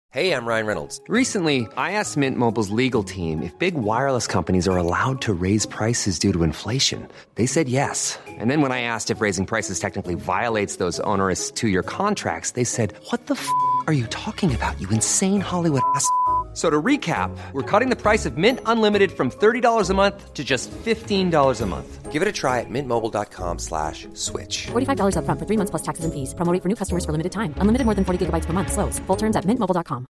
Hey, I'm Ryan Reynolds. Recently, I asked Mint Mobile's legal team if big wireless companies are allowed to raise prices due to inflation. They said yes. And then when I asked if raising prices technically violates those onerous two-year contracts, they said, "What the f*** are you talking about, you insane Hollywood ass?" So to recap, we're cutting the price of Mint Unlimited from $30 a month to just $15 a month. Give it a try at mintmobile.com/switch. $45 up front for 3 months plus taxes and fees. Promo rate for new customers for limited time. Unlimited more than 40 gigabytes per month. Slows full terms at mintmobile.com.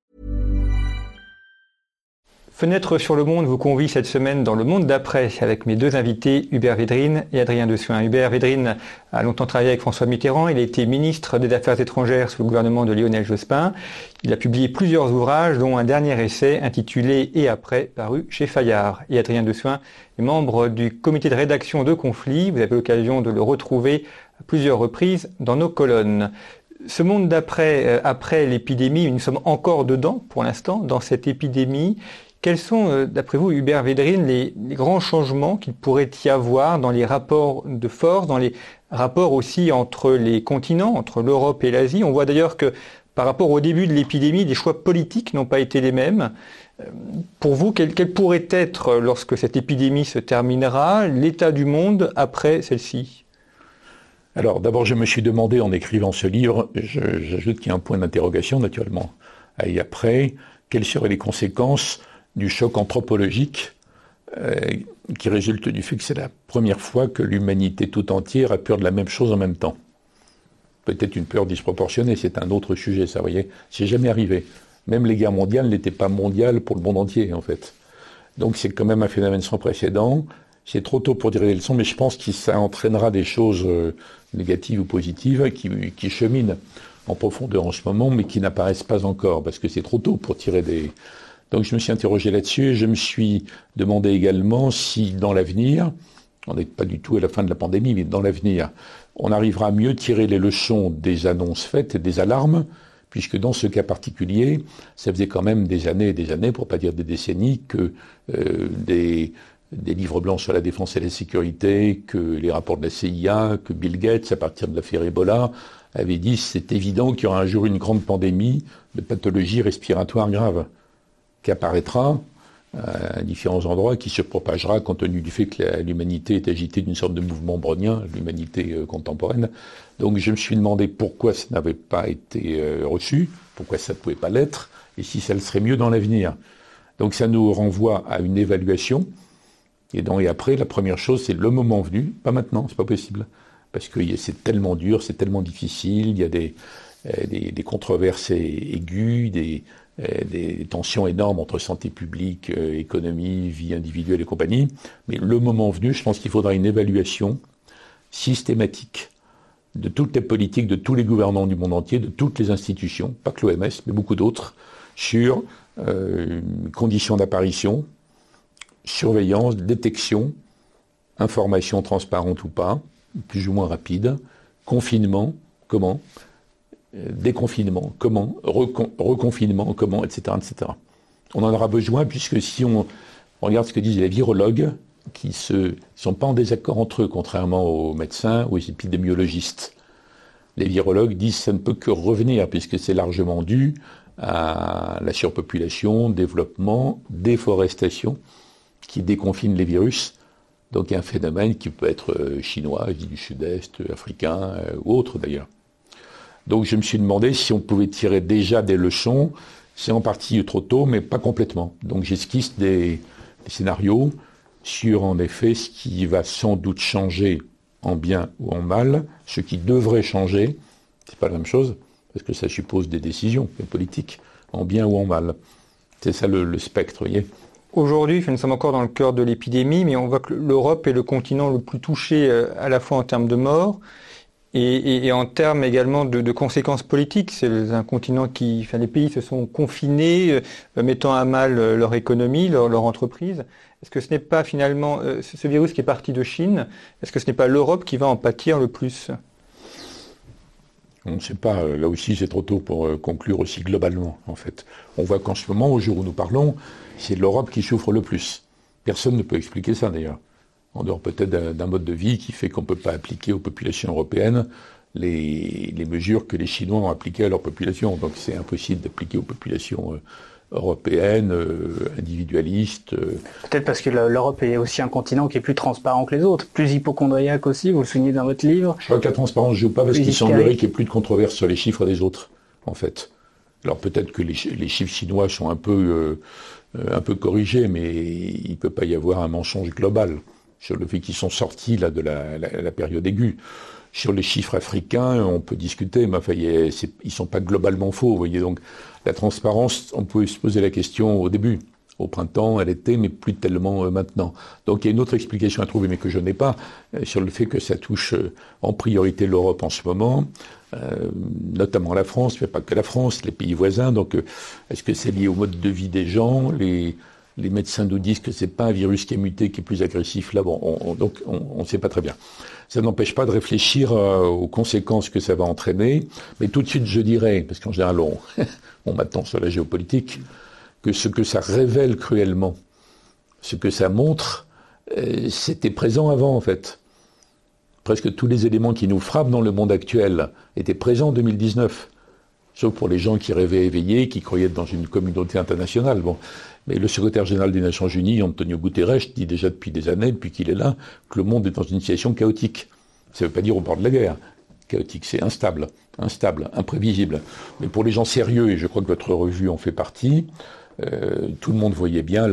Fenêtre sur le monde vous convie cette semaine dans le monde d'après avec mes deux invités, Hubert Védrine et Adrien Dessuin. Hubert Védrine a longtemps travaillé avec François Mitterrand. Il a été ministre des Affaires étrangères sous le gouvernement de Lionel Jospin. Il a publié plusieurs ouvrages, dont un dernier essai intitulé « Et après » paru chez Fayard. Et Adrien Dessuin est membre du comité de rédaction de Conflits. Vous avez l'occasion de le retrouver à plusieurs reprises dans nos colonnes. Ce monde d'après, après l'épidémie, nous sommes encore dedans pour l'instant, dans cette épidémie. Quels sont, d'après vous, Hubert Védrine, les grands changements qu'il pourrait y avoir dans les rapports de force, dans les rapports aussi entre les continents, entre l'Europe et l'Asie? On voit d'ailleurs que par rapport au début de l'épidémie, les choix politiques n'ont pas été les mêmes. Pour vous, quel pourrait être, lorsque cette épidémie se terminera, l'état du monde après celle-ci? Alors d'abord, je me suis demandé en écrivant ce livre, j'ajoute qu'il y a un point d'interrogation naturellement, et après, quelles seraient les conséquences du choc anthropologique qui résulte du fait que c'est la première fois que l'humanité tout entière a peur de la même chose en même temps. Peut-être une peur disproportionnée, c'est un autre sujet, ça, vous voyez. C'est jamais arrivé. Même les guerres mondiales n'étaient pas mondiales pour le monde entier, en fait. Donc c'est quand même un phénomène sans précédent. C'est trop tôt pour tirer des leçons, mais je pense que ça entraînera des choses négatives ou positives qui cheminent en profondeur en ce moment, mais qui n'apparaissent pas encore, parce que c'est trop tôt pour tirer des... Donc je me suis interrogé là-dessus, et je me suis demandé également si dans l'avenir, on n'est pas du tout à la fin de la pandémie, mais dans l'avenir, on arrivera à mieux tirer les leçons des annonces faites et des alarmes, puisque dans ce cas particulier, ça faisait quand même des années et des années, pour pas dire des décennies, que des livres blancs sur la défense et la sécurité, que les rapports de la CIA, que Bill Gates, à partir de l'affaire Ebola, avait dit c'est évident qu'il y aura un jour une grande pandémie de pathologies respiratoires graves qui apparaîtra à différents endroits, qui se propagera compte tenu du fait que l'humanité est agitée d'une sorte de mouvement brownien, l'humanité contemporaine. Donc je me suis demandé pourquoi ça n'avait pas été reçu, pourquoi ça ne pouvait pas l'être, et si ça le serait mieux dans l'avenir. Donc ça nous renvoie à une évaluation, et après, la première chose, c'est le moment venu, pas maintenant, c'est pas possible. Parce que c'est tellement dur, c'est tellement difficile, il y a des controverses aiguës, des tensions énormes entre santé publique, économie, vie individuelle et compagnie. Mais le moment venu, je pense qu'il faudra une évaluation systématique de toutes les politiques, de tous les gouvernants du monde entier, de toutes les institutions, pas que l'OMS, mais beaucoup d'autres, sur conditions d'apparition, surveillance, détection, information transparente ou pas, plus ou moins rapide, confinement, comment, déconfinement, comment, reconfinement, comment, etc., etc. On en aura besoin puisque si on regarde ce que disent les virologues, qui sont pas en désaccord entre eux, contrairement aux médecins ou aux épidémiologistes. Les virologues disent que ça ne peut que revenir puisque c'est largement dû à la surpopulation, développement, déforestation, qui déconfine les virus. Donc un phénomène qui peut être chinois, Asie du Sud-Est, africain ou autre d'ailleurs. Donc je me suis demandé si on pouvait tirer déjà des leçons. C'est en partie trop tôt, mais pas complètement. Donc j'esquisse des scénarios sur en effet ce qui va sans doute changer en bien ou en mal, ce qui devrait changer, c'est pas la même chose, parce que ça suppose des décisions politiques, en bien ou en mal. C'est ça le spectre, vous voyez. Aujourd'hui, nous sommes encore dans le cœur de l'épidémie, mais on voit que l'Europe est le continent le plus touché à la fois en termes de morts et en termes également de conséquences politiques. C'est un continent les pays se sont confinés, mettant à mal leur économie, leur entreprise. Est-ce que ce n'est pas finalement ce virus qui est parti de Chine, est-ce que ce n'est pas l'Europe qui va en pâtir le plus ? On ne sait pas, là aussi c'est trop tôt pour conclure aussi globalement en fait. On voit qu'en ce moment, au jour où nous parlons, c'est l'Europe qui souffre le plus. Personne ne peut expliquer ça d'ailleurs. En dehors peut-être d'un mode de vie qui fait qu'on ne peut pas appliquer aux populations européennes les mesures que les Chinois ont appliquées à leur population. Donc c'est impossible d'appliquer aux populations européennes, individualistes. Peut-être parce que l'Europe est aussi un continent qui est plus transparent que les autres, plus hypocondriaque aussi, vous le soulignez dans votre livre. Je crois que la transparence ne joue pas parce qu'il semblerait qu'il n'y ait plus de controverse sur les chiffres des autres, en fait. Alors peut-être que les chiffres chinois sont un peu corrigés, mais il ne peut pas y avoir un mensonge global sur le fait qu'ils sont sortis là de la période aiguë. Sur les chiffres africains, on peut discuter, mais enfin, ils sont pas globalement faux, vous voyez. Donc, la transparence, on pouvait se poser la question au début, au printemps, à l'été, mais plus tellement maintenant. Donc, il y a une autre explication à trouver, mais que je n'ai pas, sur le fait que ça touche en priorité l'Europe en ce moment, notamment la France, mais pas que la France, les pays voisins. Donc, est-ce que c'est lié au mode de vie des gens? Les médecins nous disent que c'est pas un virus qui est muté, qui est plus agressif. Là, bon, donc on ne sait pas très bien. Ça n'empêche pas de réfléchir aux conséquences que ça va entraîner. Mais tout de suite, je dirais, parce qu'en général, on m'attend sur la géopolitique, que ce que ça révèle cruellement, ce que ça montre, c'était présent avant, en fait. Presque tous les éléments qui nous frappent dans le monde actuel étaient présents en 2019. Sauf pour les gens qui rêvaient éveillés, qui croyaient dans une communauté internationale. Bon. Mais le secrétaire général des Nations Unies, Antonio Guterres, dit déjà depuis des années, depuis qu'il est là, que le monde est dans une situation chaotique. Ça ne veut pas dire au bord de la guerre. Chaotique, c'est instable, imprévisible. Mais pour les gens sérieux, et je crois que votre revue en fait partie, tout le monde voyait bien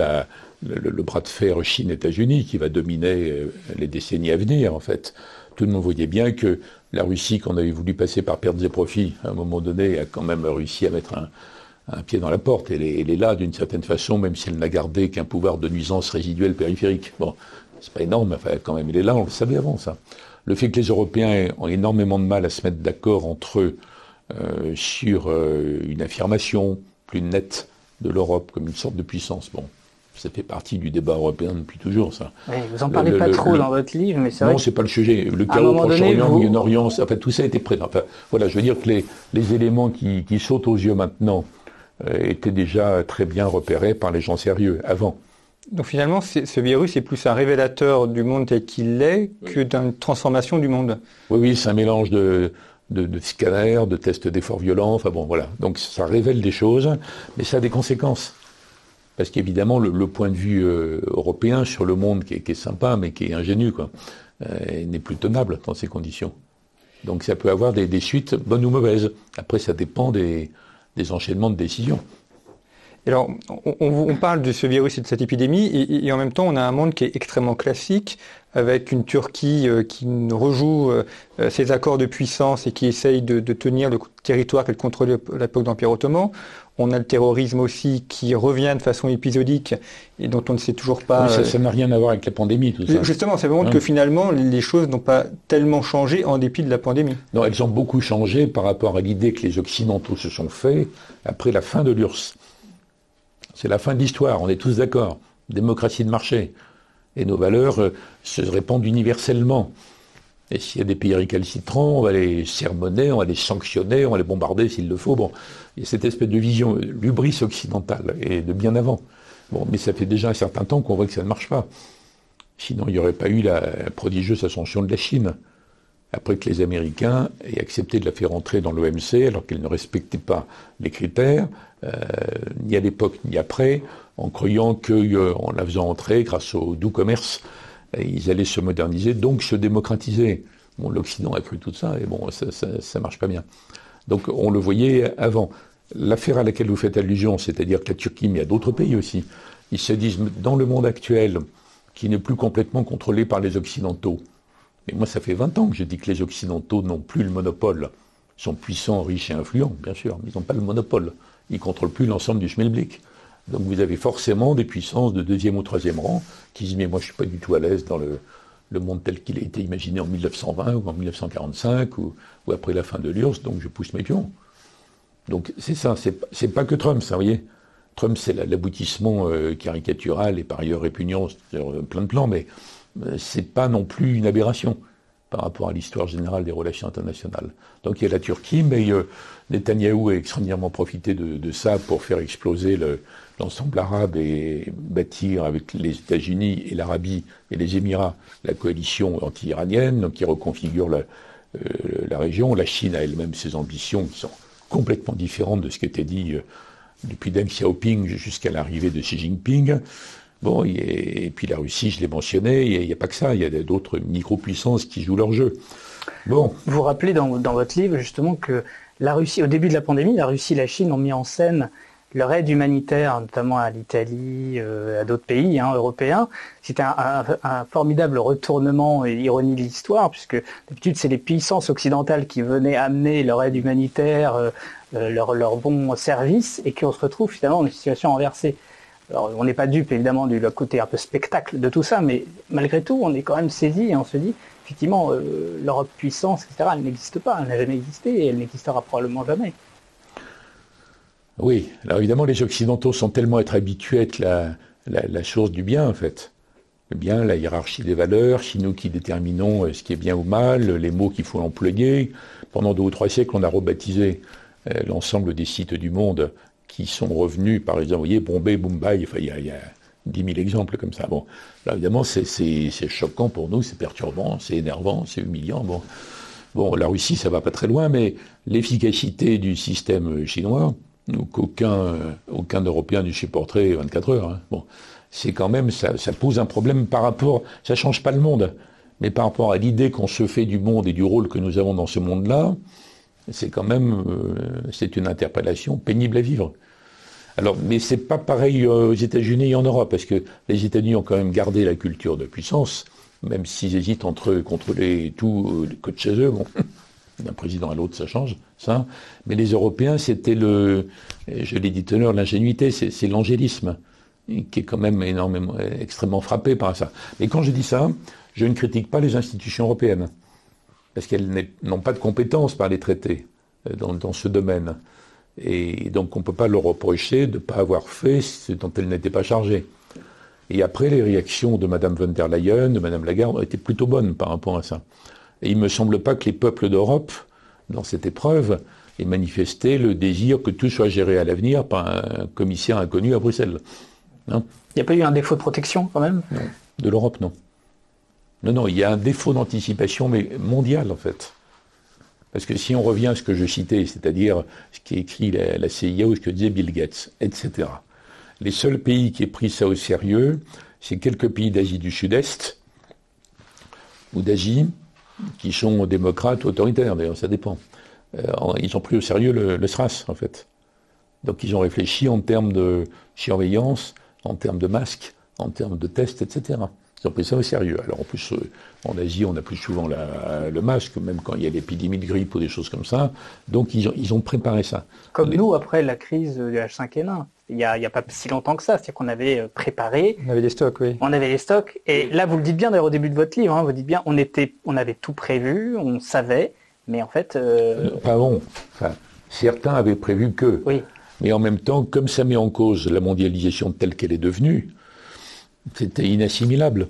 le bras de fer Chine-États-Unis qui va dominer les décennies à venir, en fait. Tout le monde voyait bien que la Russie, qu'on avait voulu passer par pertes et profits, à un moment donné, a quand même réussi à mettre un pied dans la porte. Elle est là, d'une certaine façon, même si elle n'a gardé qu'un pouvoir de nuisance résiduelle périphérique. Bon, c'est pas énorme, mais enfin, quand même, elle est là, on le savait avant, ça. Le fait que les Européens ont énormément de mal à se mettre d'accord entre eux sur une affirmation plus nette de l'Europe comme une sorte de puissance, bon, ça fait partie du débat européen depuis toujours, ça. Oui, vous en parlez pas trop dans votre livre, mais c'est vrai. Non, c'est pas le sujet. Le chaos au Proche-Orient, au Moyen-Orient, enfin, tout ça était présent. Enfin, voilà, je veux dire que les éléments qui sautent aux yeux maintenant étaient déjà très bien repérés par les gens sérieux avant. Donc finalement, ce virus est plus un révélateur du monde tel qu'il est que d'une transformation du monde. Oui, c'est un mélange de scanners, de tests d'efforts violents, enfin bon, voilà. Donc ça révèle des choses, mais ça a des conséquences. Parce qu'évidemment, le point de vue européen sur le monde, qui est sympa, mais qui est ingénu, quoi, n'est plus tenable dans ces conditions. Donc ça peut avoir des suites bonnes ou mauvaises. Après, ça dépend des enchaînements de décisions. Alors, on parle de ce virus et de cette épidémie, et en même temps, on a un monde qui est extrêmement classique, avec une Turquie qui rejoue ses accords de puissance et qui essaye de tenir le territoire qu'elle contrôlait à l'époque de l'Empire ottoman. On a le terrorisme aussi qui revient de façon épisodique et dont on ne sait toujours pas... Oui, ça n'a rien à voir avec la pandémie, tout ça. Justement, ça montre que finalement, les choses n'ont pas tellement changé en dépit de la pandémie. Non, elles ont beaucoup changé par rapport à l'idée que les Occidentaux se sont faits après la fin de l'URSS. C'est la fin de l'histoire, on est tous d'accord. Démocratie de marché. Et nos valeurs se répandent universellement. Et s'il y a des pays récalcitrants, on va les sermonner, on va les sanctionner, on va les bombarder s'il le faut. Bon, il y a cette espèce de vision l'hubris occidentale, et de bien avant. Bon, mais ça fait déjà un certain temps qu'on voit que ça ne marche pas. Sinon, il n'y aurait pas eu la prodigieuse ascension de la Chine. Après que les Américains aient accepté de la faire entrer dans l'OMC, alors qu'elle ne respectait pas les critères, ni à l'époque ni après, en croyant qu'en la faisant entrer, grâce au doux commerce, ils allaient se moderniser, donc se démocratiser. Bon, l'Occident a cru tout ça, et bon, ça marche pas bien. Donc on le voyait avant. L'affaire à laquelle vous faites allusion, c'est-à-dire que la Turquie, mais il y a d'autres pays aussi, ils se disent, dans le monde actuel, qui n'est plus complètement contrôlé par les Occidentaux, mais moi ça fait 20 ans que je dis que les Occidentaux n'ont plus le monopole. Ils sont puissants, riches et influents, bien sûr, mais ils n'ont pas le monopole. Ils ne contrôlent plus l'ensemble du schmilblick. Donc vous avez forcément des puissances de deuxième ou troisième rang qui disent « mais moi je ne suis pas du tout à l'aise dans le monde tel qu'il a été imaginé en 1920 ou en 1945 ou après la fin de l'URSS, donc je pousse mes pions ». Donc c'est ça, c'est pas que Trump, ça, vous voyez. Trump, c'est l'aboutissement caricatural et par ailleurs répugnant sur plein de plans, mais c'est pas non plus une aberration par rapport à l'histoire générale des relations internationales. Donc il y a la Turquie, mais Netanyahou a extraordinairement profité de ça pour faire exploser l'ensemble arabe et bâtir avec les États-Unis et l'Arabie et les Émirats la coalition anti-iranienne, donc qui reconfigure la région. La Chine a elle-même ses ambitions qui sont complètement différentes de ce qui était dit depuis Deng Xiaoping jusqu'à l'arrivée de Xi Jinping. Bon, et puis la Russie, je l'ai mentionné, il n'y a pas que ça, il y a d'autres micro-puissances qui jouent leur jeu. Bon. Vous rappelez dans votre livre justement que la Russie, au début de la pandémie, la Russie et la Chine ont mis en scène leur aide humanitaire, notamment à l'Italie, à d'autres pays européens. C'était un formidable retournement et ironie de l'histoire, puisque d'habitude c'est les puissances occidentales qui venaient amener leur aide humanitaire, leur bon service, et qu'on se retrouve finalement dans une situation renversée. Alors on n'est pas dupe évidemment du côté un peu spectacle de tout ça, mais malgré tout on est quand même saisi et on se dit effectivement l'Europe puissance, etc., elle n'existe pas, elle n'a jamais existé et elle n'existera probablement jamais. Oui, alors évidemment les Occidentaux sont tellement être habitués à être la source du bien en fait. Le bien, la hiérarchie des valeurs, c'est nous qui déterminons ce qui est bien ou mal, les mots qu'il faut employer. Pendant 2 ou 3 siècles on a rebaptisé l'ensemble des sites du monde qui sont revenus, par exemple, vous voyez, Bombay, Mumbai, enfin, il y a 10 000 exemples comme ça. Bon, là, évidemment, c'est choquant pour nous, c'est perturbant, c'est énervant, c'est humiliant. Bon, la Russie, ça va pas très loin, mais l'efficacité du système chinois, qu'aucun Européen ne supporterait 24 heures. Hein. Bon, c'est quand même, ça pose un problème par rapport, ça change pas le monde, mais par rapport à l'idée qu'on se fait du monde et du rôle que nous avons dans ce monde-là, c'est quand même, c'est une interpellation pénible à vivre. Alors, mais c'est pas pareil aux États-Unis et en Europe, parce que les États-Unis ont quand même gardé la culture de puissance, même s'ils hésitent entre eux, contrôler tout que de chez eux. Bon, d'un président à l'autre, ça change, ça. Mais les Européens, c'était je l'ai dit tout à l'heure, l'ingénuité, c'est l'angélisme, qui est quand même extrêmement frappé par ça. Mais quand je dis ça, je ne critique pas les institutions européennes, parce qu'elles n'ont pas de compétences par les traités dans ce domaine. Et donc on ne peut pas leur reprocher de ne pas avoir fait ce dont elles n'étaient pas chargées. Et après, les réactions de Mme von der Leyen, de Mme Lagarde, ont été plutôt bonnes par rapport à ça. Et il ne me semble pas que les peuples d'Europe, dans cette épreuve, aient manifesté le désir que tout soit géré à l'avenir par un commissaire inconnu à Bruxelles. Hein ? Il n'y a pas eu un défaut de protection quand même ? Non. De l'Europe, non. Non, il y a un défaut d'anticipation, mais mondial en fait. Parce que si on revient à ce que je citais, c'est-à-dire ce qui est écrit la CIA ou ce que disait Bill Gates, etc. Les seuls pays qui aient pris ça au sérieux, c'est quelques pays d'Asie du Sud-Est ou d'Asie qui sont démocrates ou autoritaires, d'ailleurs ça dépend. Ils ont pris au sérieux le SRAS en fait. Donc ils ont réfléchi en termes de surveillance, en termes de masques, en termes de tests, etc. Ils ont pris ça au sérieux. Alors en plus, en Asie, on a plus souvent le masque, même quand il y a l'épidémie de grippe ou des choses comme ça. Donc ils ont préparé ça. Comme nous, après la crise du H5N1. Il n'y a pas si longtemps que ça. C'est-à-dire qu'on avait préparé... On avait des stocks, oui. On avait les stocks. Et là, vous le dites bien d'ailleurs au début de votre livre. Hein, vous dites bien, on avait tout prévu, on savait. Mais en fait... Pas bon. Enfin, certains avaient prévu que. Oui. Mais en même temps, comme ça met en cause la mondialisation telle qu'elle est devenue, c'était inassimilable.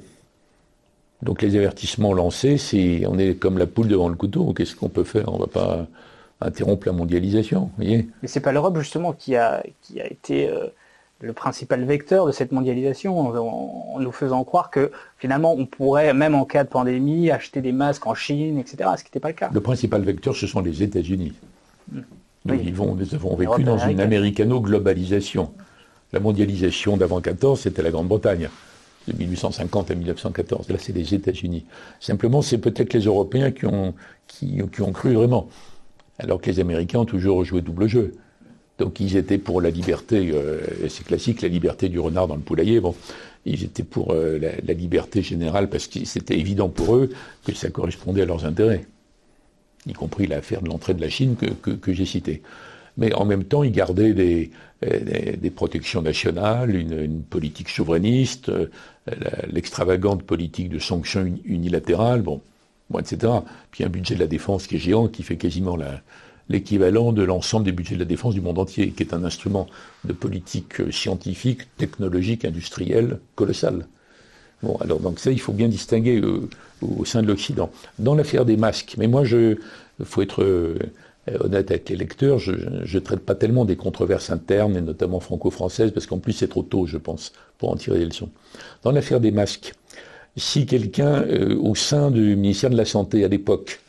Donc les avertissements lancés, on est comme la poule devant le couteau. Qu'est-ce qu'on peut faire ? On ne va pas interrompre la mondialisation, vous voyez ? Mais c'est pas l'Europe justement qui a été le principal vecteur de cette mondialisation, en nous faisant croire que finalement on pourrait, même en cas de pandémie, acheter des masques en Chine, etc. Ce qui n'était pas le cas. Le principal vecteur, ce sont les États-Unis. Donc Oui. Nous avons vécu dans une américano-globalisation. La mondialisation d'avant 14, c'était la Grande-Bretagne, de 1850 à 1914. Là, c'est les États-Unis. Simplement, c'est peut-être les Européens qui ont cru vraiment, alors que les Américains ont toujours joué double jeu. Donc, ils étaient pour la liberté, c'est classique, la liberté du renard dans le poulailler. Bon, ils étaient pour la liberté générale parce que c'était évident pour eux que ça correspondait à leurs intérêts, y compris l'affaire de l'entrée de la Chine que j'ai citée. Mais en même temps, ils gardaient des protections nationales, une politique souverainiste, l'extravagante politique de sanctions unilatérales, etc. Puis un budget de la défense qui est géant, qui fait quasiment l'équivalent de l'ensemble des budgets de la défense du monde entier, qui est un instrument de politique scientifique, technologique, industrielle, colossal. Bon, alors donc ça, il faut bien distinguer au sein de l'Occident. Dans l'affaire des masques, mais moi, faut être honnête avec les lecteurs, je ne traite pas tellement des controverses internes, et notamment franco-françaises, parce qu'en plus c'est trop tôt, je pense, pour en tirer des leçons. Dans l'affaire des masques, si quelqu'un, au sein du ministère de la Santé à l'époque,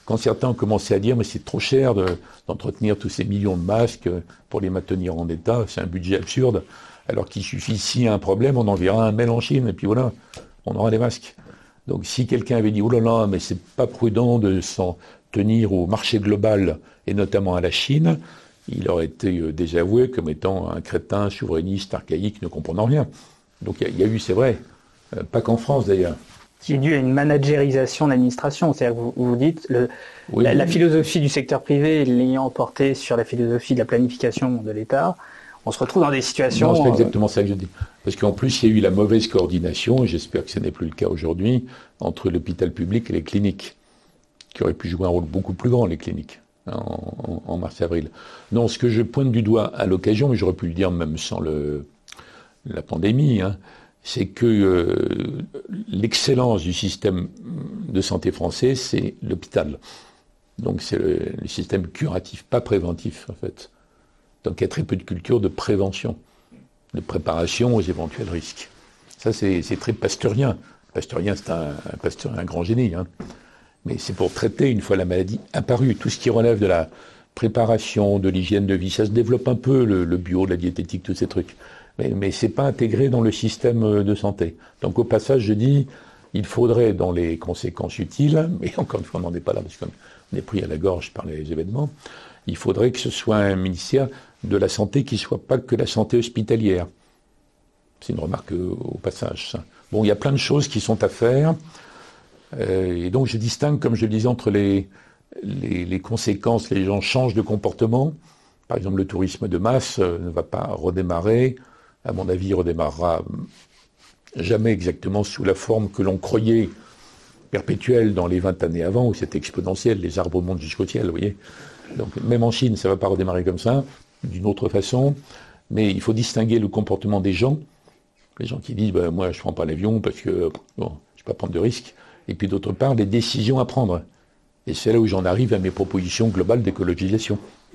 quand certains ont commencé à dire mais c'est trop cher d'entretenir tous ces millions de masques pour les maintenir en état, c'est un budget absurde, alors qu'il suffit, s'il y a un problème, on enverra un mail en Chine, et puis voilà, on aura des masques. Donc si quelqu'un avait dit « Oh là là, mais c'est pas prudent de s'en tenir au marché global, et notamment à la Chine », il aurait été désavoué comme étant un crétin souverainiste, archaïque, ne comprenant rien. Donc il y a eu, c'est vrai, pas qu'en France d'ailleurs. C'est dû à une managérisation de l'administration. C'est-à-dire que vous dites, la philosophie du secteur privé l'ayant porté sur la philosophie de la planification de l'État, on se retrouve dans des situations... Non, c'est pas exactement ça que je dis. Parce qu'en plus, il y a eu la mauvaise coordination, et j'espère que ce n'est plus le cas aujourd'hui, entre l'hôpital public et les cliniques, qui auraient pu jouer un rôle beaucoup plus grand, les cliniques, en mars-avril. Non, ce que je pointe du doigt à l'occasion, mais j'aurais pu le dire même sans la pandémie, c'est que l'excellence du système de santé français, c'est l'hôpital. Donc c'est le système curatif, pas préventif en fait. Donc il y a très peu de culture de prévention, de préparation aux éventuels risques. Ça c'est très pasteurien. Pasteurien, c'est un grand génie. Mais c'est pour traiter, une fois la maladie apparue, tout ce qui relève de la préparation, de l'hygiène de vie. Ça se développe un peu, le bio, la diététique, tous ces trucs. Mais c'est pas intégré dans le système de santé. Donc au passage, je dis, il faudrait, dans les conséquences utiles, mais encore une fois, on n'en est pas là, parce qu'on est pris à la gorge par les événements, il faudrait que ce soit un ministère de la santé qui soit pas que la santé hospitalière. C'est une remarque au passage, ça. Bon, il y a plein de choses qui sont à faire, et donc je distingue, comme je le disais, entre les conséquences, les gens changent de comportement. Par exemple, le tourisme de masse ne va pas redémarrer. À mon avis, il redémarrera jamais exactement sous la forme que l'on croyait perpétuelle dans les 20 années avant, où c'était exponentiel, les arbres montent jusqu'au ciel, vous voyez. Donc même en Chine, ça ne va pas redémarrer comme ça, d'une autre façon, mais il faut distinguer le comportement des gens, les gens qui disent moi je ne prends pas l'avion parce que je ne vais pas prendre de risques, et puis d'autre part, les décisions à prendre. Et c'est là où j'en arrive à mes propositions globales d'écologisation.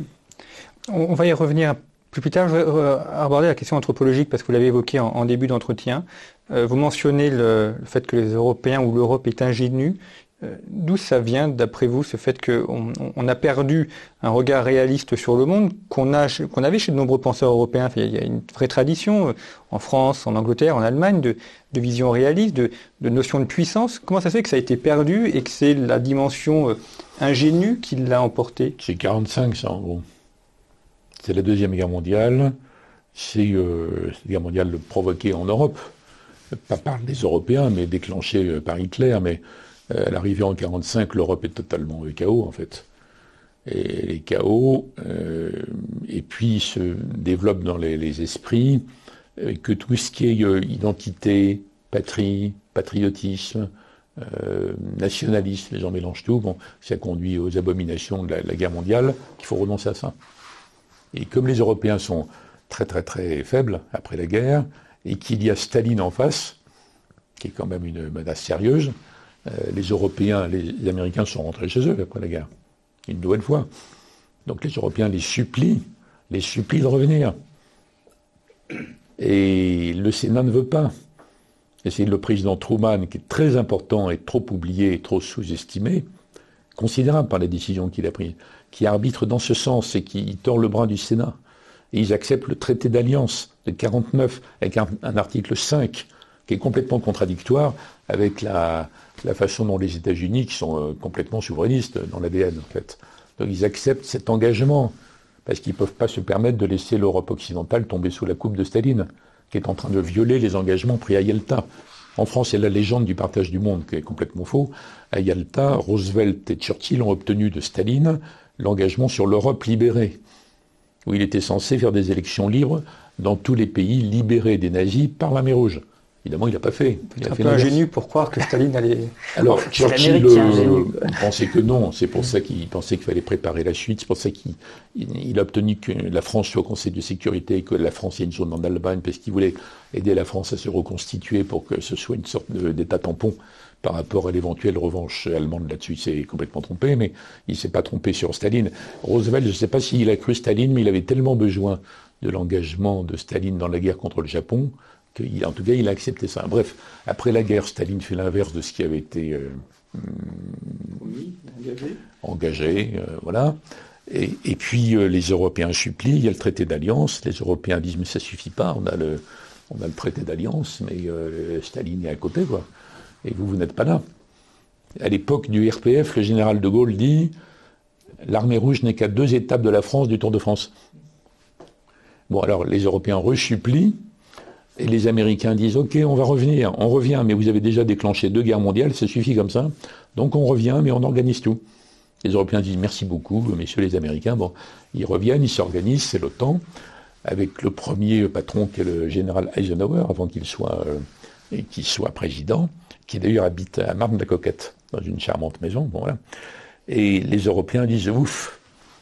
On va y revenir plus tard. Je vais aborder la question anthropologique parce que vous l'avez évoqué en début d'entretien. Vous mentionnez le fait que les Européens ou l'Europe est ingénue. D'où ça vient, d'après vous, ce fait qu'on a perdu un regard réaliste sur le monde qu'on avait chez de nombreux penseurs européens? Il y a une vraie tradition en France, en Angleterre, en Allemagne de vision réaliste, de notion de puissance. Comment ça se fait que ça a été perdu et que c'est la dimension ingénue qui l'a emporté? C'est 45, ça, en gros. C'est la Deuxième Guerre mondiale. C'est la guerre mondiale provoquée en Europe, pas par les Européens, mais déclenchée par Hitler. Mais à l'arrivée en 1945, l'Europe est totalement chaos, en fait. Et les chaos, et puis se développe dans les esprits que tout ce qui est identité, patrie, patriotisme, nationalisme, les gens mélangent tout. Bon, ça conduit aux abominations de la guerre mondiale, qu'il faut renoncer à ça. Et comme les Européens sont très très très faibles après la guerre, et qu'il y a Staline en face, qui est quand même une menace sérieuse, les Européens, les Américains sont rentrés chez eux après la guerre, une nouvelle fois. Donc les Européens les supplient de revenir. Et le Sénat ne veut pas. Et c'est le président Truman, qui est très important et trop oublié et trop sous-estimé, considérable par les décisions qu'il a prises, qui arbitre dans ce sens et qui tord le bras du Sénat. Et ils acceptent le traité d'alliance de 1949 avec un article 5 qui est complètement contradictoire avec la façon dont les États-Unis, qui sont complètement souverainistes dans l'ADN en fait. Donc ils acceptent cet engagement parce qu'ils ne peuvent pas se permettre de laisser l'Europe occidentale tomber sous la coupe de Staline, qui est en train de violer les engagements pris à Yalta. En France, il y a la légende du partage du monde qui est complètement faux. À Yalta, Roosevelt et Churchill ont obtenu de Staline l'engagement sur l'Europe libérée, où il était censé faire des élections libres dans tous les pays libérés des nazis par la mer Rouge. Évidemment, il n'a pas fait. C'est un peu ingénu pour croire que Staline allait... Alors, Churchill pensait que non. C'est pour ça qu'il pensait qu'il fallait préparer la suite. C'est pour ça qu'il a obtenu que la France soit au Conseil de sécurité et que la France ait une zone en Allemagne, parce qu'il voulait aider la France à se reconstituer pour que ce soit une sorte d'état tampon par rapport à l'éventuelle revanche allemande là-dessus. Il s'est complètement trompé, mais il ne s'est pas trompé sur Staline. Roosevelt, je ne sais pas s'il a cru Staline, mais il avait tellement besoin de l'engagement de Staline dans la guerre contre le Japon qu'en tout cas, il a accepté ça. Bref, après la guerre, Staline fait l'inverse de ce qui avait été engagés, voilà. Et puis les Européens supplient, il y a le traité d'alliance, les Européens disent mais ça suffit pas, on a le traité d'alliance, mais Staline est à côté, quoi. Et vous n'êtes pas là. À l'époque du RPF, le général de Gaulle dit l'armée rouge n'est qu'à 2 étapes de la France du Tour de France. Bon, alors les Européens resupplient, et les Américains disent ok, on revient, mais vous avez déjà déclenché 2 guerres mondiales, ça suffit comme ça, donc on revient, mais on organise tout. Les Européens disent merci beaucoup, messieurs les Américains. Bon, ils reviennent, ils s'organisent, c'est l'OTAN, avec le premier patron qui est le général Eisenhower, avant qu'il soit président, qui d'ailleurs habite à Marne-la-Coquette, dans une charmante maison. Bon, voilà. Et les Européens disent ouf,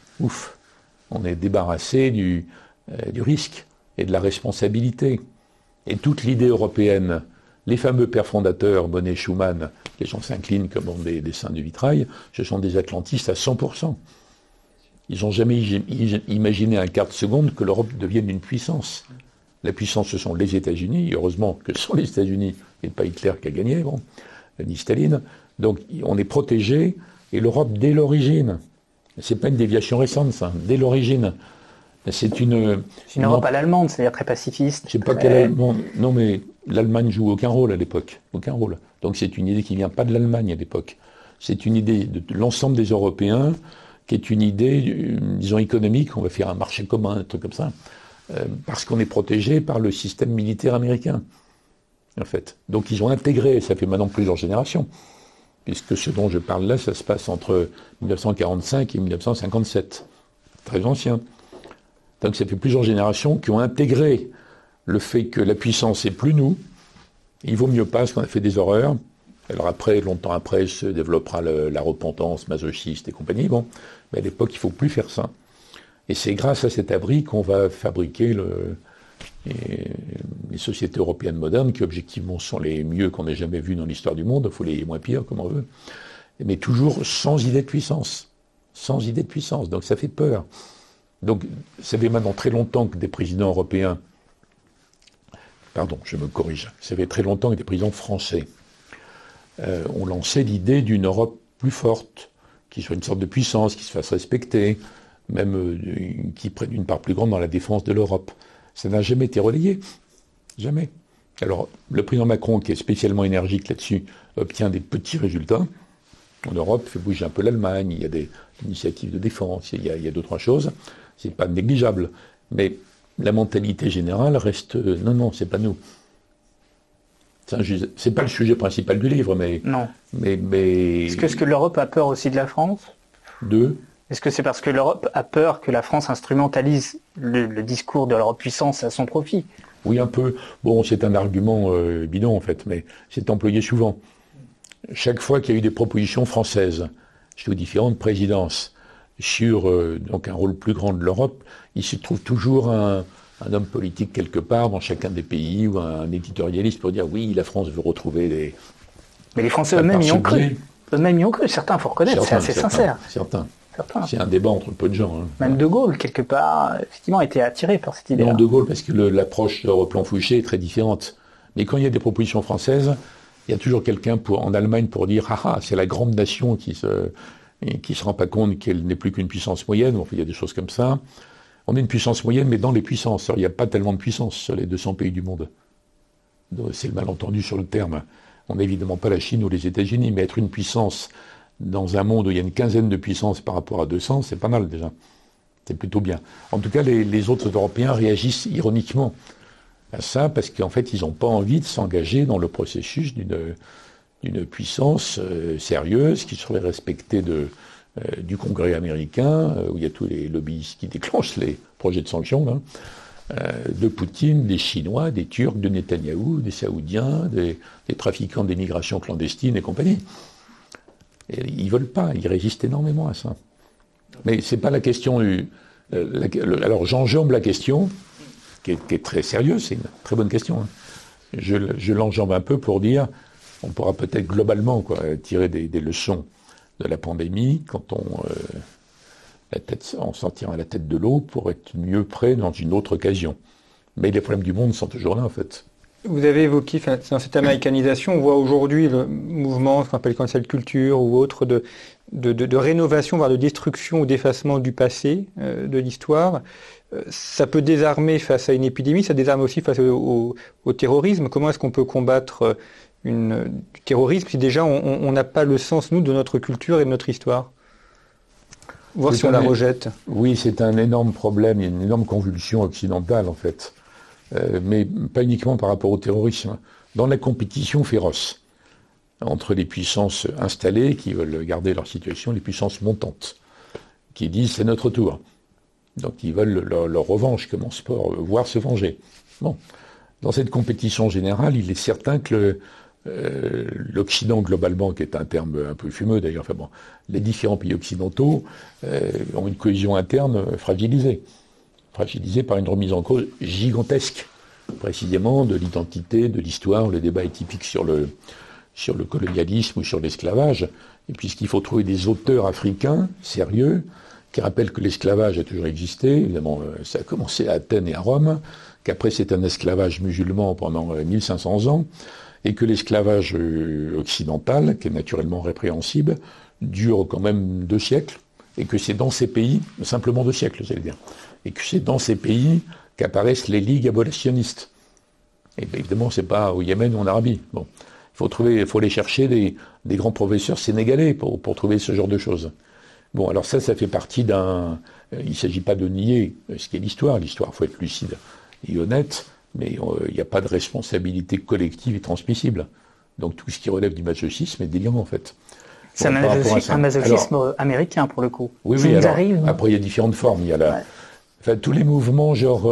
on est débarrassé du risque et de la responsabilité. Et toute l'idée européenne, les fameux pères fondateurs, Monnet, Schuman, les gens s'inclinent comme dans des dessins de vitrail, ce sont des atlantistes à 100%. Ils n'ont jamais imaginé un quart de seconde que l'Europe devienne une puissance. La puissance, ce sont les États-Unis. Heureusement que ce sont les États-Unis et pas Hitler qui a gagné, bon, ni Staline. Donc on est protégé, et l'Europe dès l'origine. C'est pas une déviation récente, ça. Dès l'origine. C'est une Europe à l'allemande, c'est-à-dire très pacifiste. Je sais pas quelle Allemande. Non, mais l'Allemagne joue aucun rôle à l'époque. Aucun rôle. Donc c'est une idée qui vient pas de l'Allemagne à l'époque. C'est une idée de l'ensemble des Européens, qui est une idée, disons, économique. On va faire un marché commun, un truc comme ça. Parce qu'on est protégé par le système militaire américain, en fait. Donc ils ont intégré, ça fait maintenant plusieurs générations, puisque ce dont je parle là, ça se passe entre 1945 et 1957. Très ancien. Donc ça fait plusieurs générations qui ont intégré le fait que la puissance n'est plus nous. Il vaut mieux pas, parce qu'on a fait des horreurs. Alors après, longtemps après, se développera la repentance masochiste et compagnie. Bon, mais à l'époque, il ne faut plus faire ça. Et c'est grâce à cet abri qu'on va fabriquer les sociétés européennes modernes, qui objectivement sont les mieux qu'on ait jamais vues dans l'histoire du monde. Il faut les moins pires, comme on veut. Mais toujours sans idée de puissance. Sans idée de puissance. Donc ça fait peur. Donc, ça fait maintenant très longtemps que des présidents européens, pardon, je me corrige, ça fait très longtemps que des présidents français ont lancé l'idée d'une Europe plus forte, qui soit une sorte de puissance, qui se fasse respecter, même qui prenne une part plus grande dans la défense de l'Europe. Ça n'a jamais été relayé. Jamais. Alors, le président Macron, qui est spécialement énergique là-dessus, obtient des petits résultats. En Europe, fait bouger un peu l'Allemagne, il y a des initiatives de défense, il y a 2-3 choses. C'est pas négligeable, mais la mentalité générale reste non, c'est pas nous. C'est pas le sujet principal du livre, mais non. Mais Est-ce que l'Europe a peur aussi de la France ? Est-ce que c'est parce que l'Europe a peur que la France instrumentalise le discours de l'Europe puissance à son profit ? Oui, un peu. Bon, c'est un argument bidon en fait, mais c'est employé souvent. Chaque fois qu'il y a eu des propositions françaises sous différentes présidences sur donc un rôle plus grand de l'Europe, il se trouve toujours un homme politique quelque part dans chacun des pays, ou un éditorialiste pour dire oui, la France veut retrouver les... Mais les Français eux-mêmes y ont cru. Certains, il faut reconnaître, c'est assez sincère. Certains. C'est un débat entre peu de gens. Hein. Même De Gaulle, quelque part, effectivement, était attiré par cette idée-là. Non, De Gaulle, parce que l'approche Europlan Fouché est très différente. Mais quand il y a des propositions françaises, il y a toujours quelqu'un en Allemagne pour dire c'est la grande nation qui se rend pas compte qu'elle n'est plus qu'une puissance moyenne. Enfin, il y a des choses comme ça. On est une puissance moyenne, mais dans les puissances. Alors, il n'y a pas tellement de puissance sur les 200 pays du monde. C'est le malentendu sur le terme. On n'est évidemment pas la Chine ou les États-Unis, mais être une puissance dans un monde où il y a une quinzaine de puissances par rapport à 200, c'est pas mal déjà. C'est plutôt bien. En tout cas, les autres Européens réagissent ironiquement à ça, parce qu'en fait, ils n'ont pas envie de s'engager dans le processus d'une puissance sérieuse qui serait respectée du Congrès américain, où il y a tous les lobbyistes qui déclenchent les projets de sanctions, de Poutine, des Chinois, des Turcs, de Netanyahou, des Saoudiens, des trafiquants d'émigration clandestine et compagnie. Et ils veulent pas, ils résistent énormément à ça. Mais c'est pas la question alors j'enjambe la question, qui est très sérieuse, c'est une très bonne question. Hein. Je l'enjambe un peu pour dire, on pourra peut-être globalement tirer des leçons de la pandémie quand on sortira la tête de l'eau pour être mieux prêt dans une autre occasion. Mais les problèmes du monde sont toujours là, en fait. Vous avez évoqué, dans cette américanisation, on voit aujourd'hui le mouvement, ce qu'on appelle cancel culture ou autre, de rénovation, voire de destruction ou d'effacement du passé, de l'histoire. Ça peut désarmer face à une épidémie, ça désarme aussi face au terrorisme. Comment est-ce qu'on peut combattre du terrorisme si déjà on n'a pas le sens, nous, de notre culture et de notre histoire? Voir si on la rejette. Oui, c'est un énorme problème, il y a une énorme convulsion occidentale en fait. Mais pas uniquement par rapport au terrorisme. Dans la compétition féroce entre les puissances installées qui veulent garder leur situation, les puissances montantes, qui disent c'est notre tour. Donc ils veulent leur revanche comme en sport, voire se venger. Bon. Dans cette compétition générale, il est certain que l'Occident globalement, qui est un terme un peu fumeux d'ailleurs, enfin bon, les différents pays occidentaux ont une cohésion interne fragilisée par une remise en cause gigantesque, précisément de l'identité, de l'histoire. Le débat est typique sur le colonialisme ou sur l'esclavage. Et puisqu'il faut trouver des auteurs africains sérieux qui rappellent que l'esclavage a toujours existé, évidemment ça a commencé à Athènes et à Rome, qu'après c'est un esclavage musulman pendant 1500 ans, et que l'esclavage occidental, qui est naturellement répréhensible, dure quand même 2 siècles, et que c'est dans ces pays, simplement 2 siècles, j'allais dire, et que c'est dans ces pays qu'apparaissent les ligues abolitionnistes. Et bien, évidemment, c'est pas au Yémen ou en Arabie. Bon, il faut aller chercher des grands professeurs sénégalais pour trouver ce genre de choses. Bon, alors ça fait partie d'un... il ne s'agit pas de nier ce qu'est l'histoire. L'histoire, il faut être lucide et honnête, mais il n'y a pas de responsabilité collective et transmissible. Donc tout ce qui relève du masochisme est délirant, en fait. C'est un masochisme américain, pour le coup. Oui, après, il y a différentes formes. Il y a enfin, tous les mouvements, genre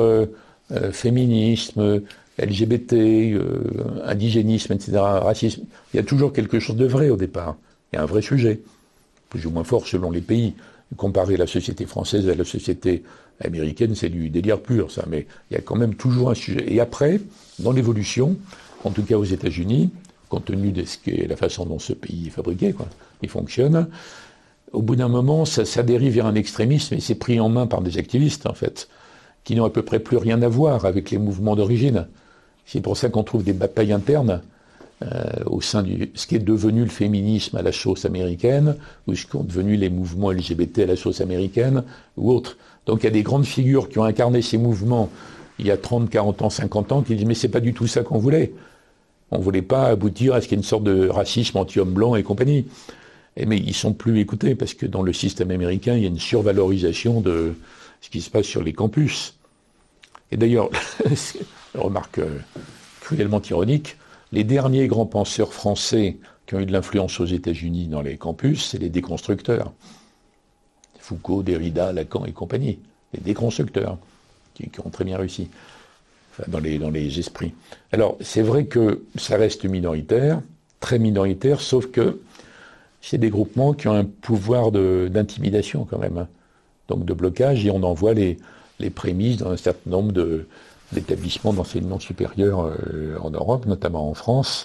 féminisme, LGBT, indigénisme, etc., racisme, il y a toujours quelque chose de vrai au départ. Il y a un vrai sujet, plus ou moins fort selon les pays. Comparer la société française à la société américaine, c'est du délire pur, ça. Mais il y a quand même toujours un sujet. Et après, dans l'évolution, en tout cas aux États-Unis, compte tenu de ce qu'est la façon dont ce pays est fabriqué, il fonctionne, au bout d'un moment, ça dérive vers un extrémisme et c'est pris en main par des activistes, en fait, qui n'ont à peu près plus rien à voir avec les mouvements d'origine. C'est pour ça qu'on trouve des batailles internes au sein de ce qui est devenu le féminisme à la sauce américaine, ou ce qu'ont devenu les mouvements LGBT à la sauce américaine, ou autres. Donc il y a des grandes figures qui ont incarné ces mouvements il y a 30, 40 ans, 50 ans, qui disent « mais c'est pas du tout ça qu'on voulait ». On ne voulait pas aboutir à ce qu'il y ait une sorte de racisme anti-homme blanc et compagnie. Mais ils ne sont plus écoutés, parce que dans le système américain, il y a une survalorisation de ce qui se passe sur les campus. Et d'ailleurs, remarque cruellement ironique, les derniers grands penseurs français qui ont eu de l'influence aux États-Unis dans les campus, c'est les déconstructeurs. Foucault, Derrida, Lacan et compagnie. Les déconstructeurs, qui ont très bien réussi. Enfin, dans les esprits. Alors, c'est vrai que ça reste minoritaire, très minoritaire, sauf que c'est des groupements qui ont un pouvoir d'intimidation quand même, donc de blocage, et on en voit les prémices dans un certain nombre d'établissements d'enseignement supérieur en Europe, notamment en France.